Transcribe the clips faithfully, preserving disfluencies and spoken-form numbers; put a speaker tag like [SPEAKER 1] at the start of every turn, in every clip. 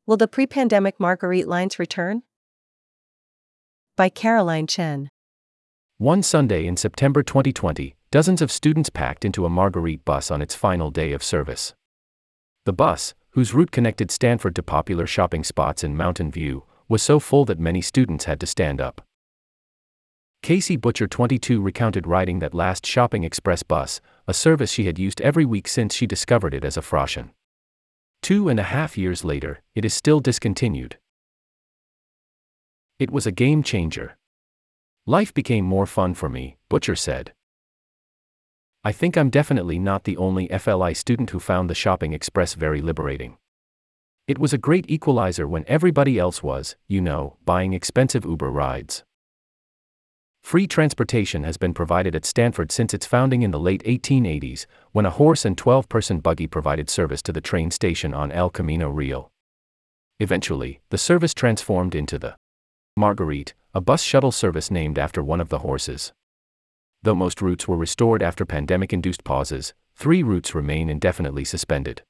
[SPEAKER 1] Will the pre-pandemic Marguerite lines return? By Caroline Chen.
[SPEAKER 2] One Sunday in September twenty twenty, dozens of students packed into a Marguerite bus on its final day of service. The bus, whose route connected Stanford to popular shopping spots in Mountain View, was so full that many students had to stand up. Casey Butcher, twenty-two, recounted riding that last Shopping Express bus, a service she had used every week since she discovered it as a freshen. Two and a half years later, it is still discontinued. It was a game changer. Life became more fun for me, Butcher said. I think I'm definitely not the only F L I student who found the Shopping Express very liberating. It was a great equalizer when everybody else was, you know, buying expensive Uber rides. Free transportation has been provided at Stanford since its founding in the late eighteen eighties, when a horse and twelve-person buggy provided service to the train station on El Camino Real. Eventually, the service transformed into the Marguerite, a bus shuttle service named after one of the horses. Though most routes were restored after pandemic-induced pauses, three routes remain indefinitely suspended.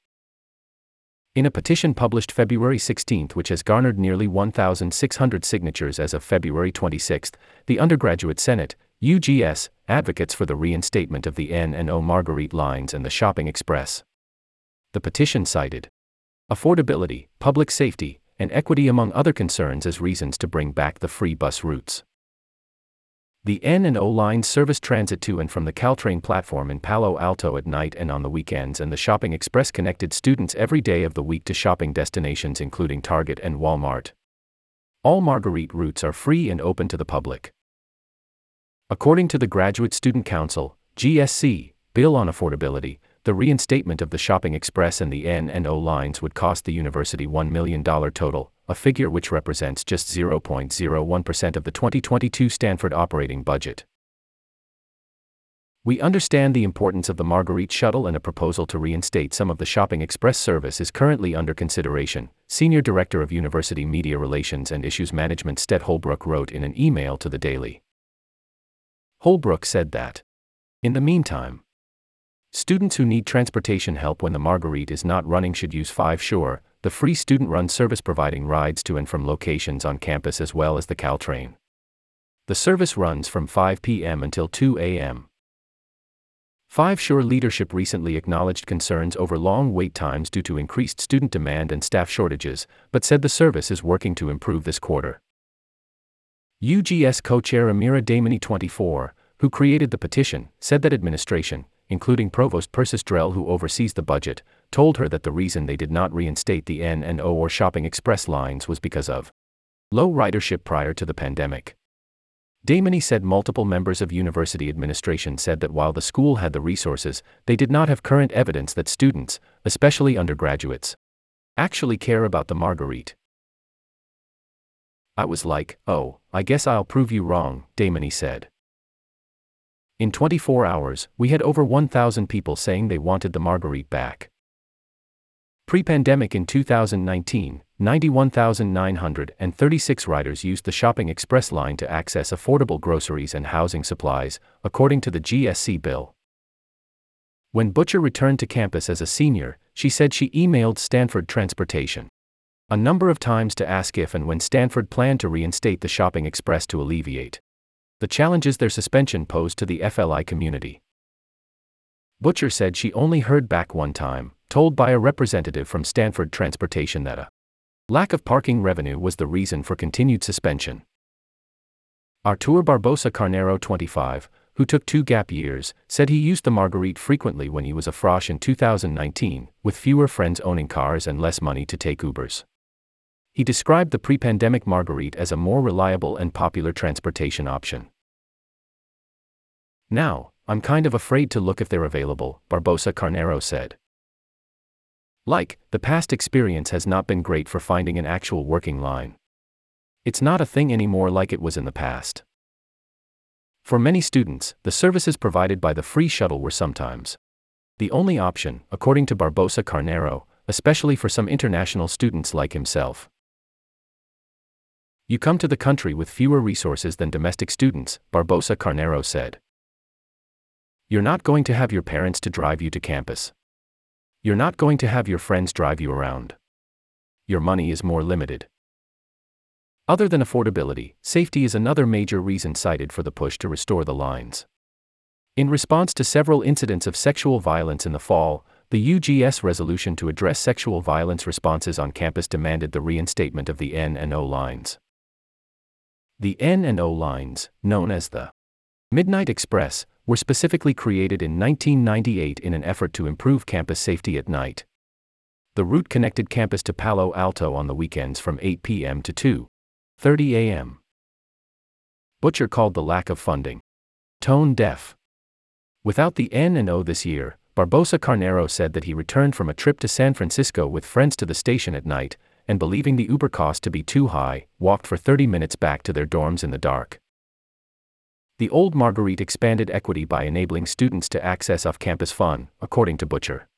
[SPEAKER 2] In a petition published February sixteenth, which has garnered nearly one thousand six hundred signatures as of February twenty-sixth, the Undergraduate Senate, U G S, advocates for the reinstatement of the N and O Marguerite lines and the Shopping Express. The petition cited affordability, public safety, and equity among other concerns as reasons to bring back the free bus routes. The N and O lines service transit to and from the Caltrain platform in Palo Alto at night and on the weekends, and the Shopping Express connected students every day of the week to shopping destinations including Target and Walmart. All Marguerite routes are free and open to the public. According to the Graduate Student Council, G S C, Bill on Affordability, the reinstatement of the Shopping Express and the N and O lines would cost the university one million dollars total, a figure which represents just zero point zero one percent of the twenty twenty-two Stanford operating budget. We understand the importance of the Marguerite shuttle, and a proposal to reinstate some of the Shopping Express service is currently under consideration, Senior Director of University Media Relations and Issues Management Stet Holbrook wrote in an email to the Daily. Holbrook said that, in the meantime, students who need transportation help when the Marguerite is not running should use Five Shore, the free student-run service providing rides to and from locations on campus as well as the Caltrain. The service runs from five p m until two a m Five Shore leadership recently acknowledged concerns over long wait times due to increased student demand and staff shortages, but said the service is working to improve this quarter. U G S co-chair Amira Damani, twenty-four, who created the petition, said that administration, including Provost Persis Drell, who oversees the budget, told her that the reason they did not reinstate the N and O or Shopping Express lines was because of low ridership prior to the pandemic. Damani said multiple members of university administration said that while the school had the resources, they did not have current evidence that students, especially undergraduates, actually care about the Marguerite. I was like, oh, I guess I'll prove you wrong, Damani said. In twenty-four hours, we had over one thousand people saying they wanted the Marguerite back. Pre-pandemic in two thousand nineteen, ninety-one thousand nine hundred thirty-six riders used the Shopping Express line to access affordable groceries and housing supplies, according to the G S C bill. When Butcher returned to campus as a senior, she said she emailed Stanford Transportation a number of times to ask if and when Stanford planned to reinstate the Shopping Express to alleviate the challenges their suspension posed to the F L I community. Butcher said she only heard back one time, told by a representative from Stanford Transportation that a lack of parking revenue was the reason for continued suspension. Artur Barbosa Carnero, twenty-five, who took two gap years, said he used the Marguerite frequently when he was a frosh in two thousand nineteen, with fewer friends owning cars and less money to take Ubers. He described the pre-pandemic Marguerite as a more reliable and popular transportation option. Now, I'm kind of afraid to look if they're available, Barbosa Carnero said. Like, the past experience has not been great for finding an actual working line. It's not a thing anymore like it was in the past. For many students, the services provided by the free shuttle were sometimes the only option, according to Barbosa Carnero, especially for some international students like himself. You come to the country with fewer resources than domestic students, Barbosa Carnero said. You're not going to have your parents to drive you to campus. You're not going to have your friends drive you around. your money is more limited. Other than affordability, safety is another major reason cited for the push to restore the lines. In response to several incidents of sexual violence in the fall, the U G S resolution to address sexual violence responses on campus demanded the reinstatement of the N and O lines. The N and O lines, known as the Midnight Express, were specifically created in nineteen ninety-eight in an effort to improve campus safety at night. The route connected campus to Palo Alto on the weekends from eight p m to two thirty a m Butcher called the lack of funding tone deaf. Without the N and O this year, Barbosa Carnero said that he returned from a trip to San Francisco with friends to the station at night, and believing the Uber cost to be too high, walked for thirty minutes back to their dorms in the dark. The Old Marguerite expanded equity by enabling students to access off-campus fun, according to Butcher.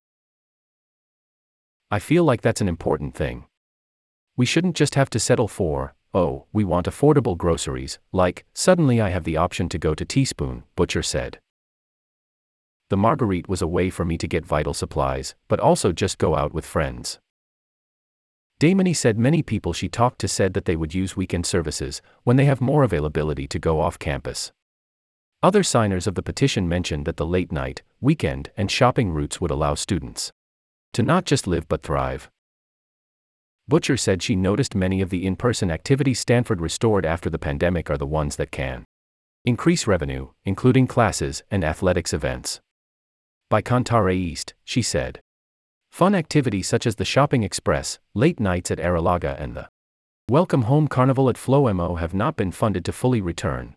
[SPEAKER 2] I feel like that's an important thing. We shouldn't just have to settle for, oh, we want affordable groceries, like, suddenly I have the option to go to Teaspoon, Butcher said. The Marguerite was a way for me to get vital supplies, but also just go out with friends. Damani said many people she talked to said that they would use weekend services when they have more availability to go off campus. Other signers of the petition mentioned that the late night, weekend, and shopping routes would allow students to not just live but thrive. Butcher said she noticed many of the in-person activities Stanford restored after the pandemic are the ones that can increase revenue, including classes and athletics events. By Contare East, she said, fun activities such as the Shopping Express, late nights at Arrillaga and the Welcome Home Carnival at FlowMO have not been funded to fully return.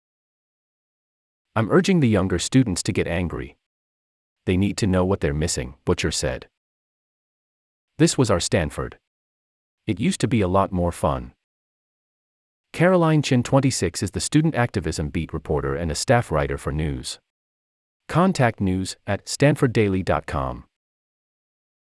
[SPEAKER 2] I'm urging the younger students to get angry. They need to know what they're missing, Butcher said. This was our Stanford. It used to be a lot more fun. Caroline Chin, twenty-six, is the student activism beat reporter and a staff writer for News. Contact news at stanford daily dot com.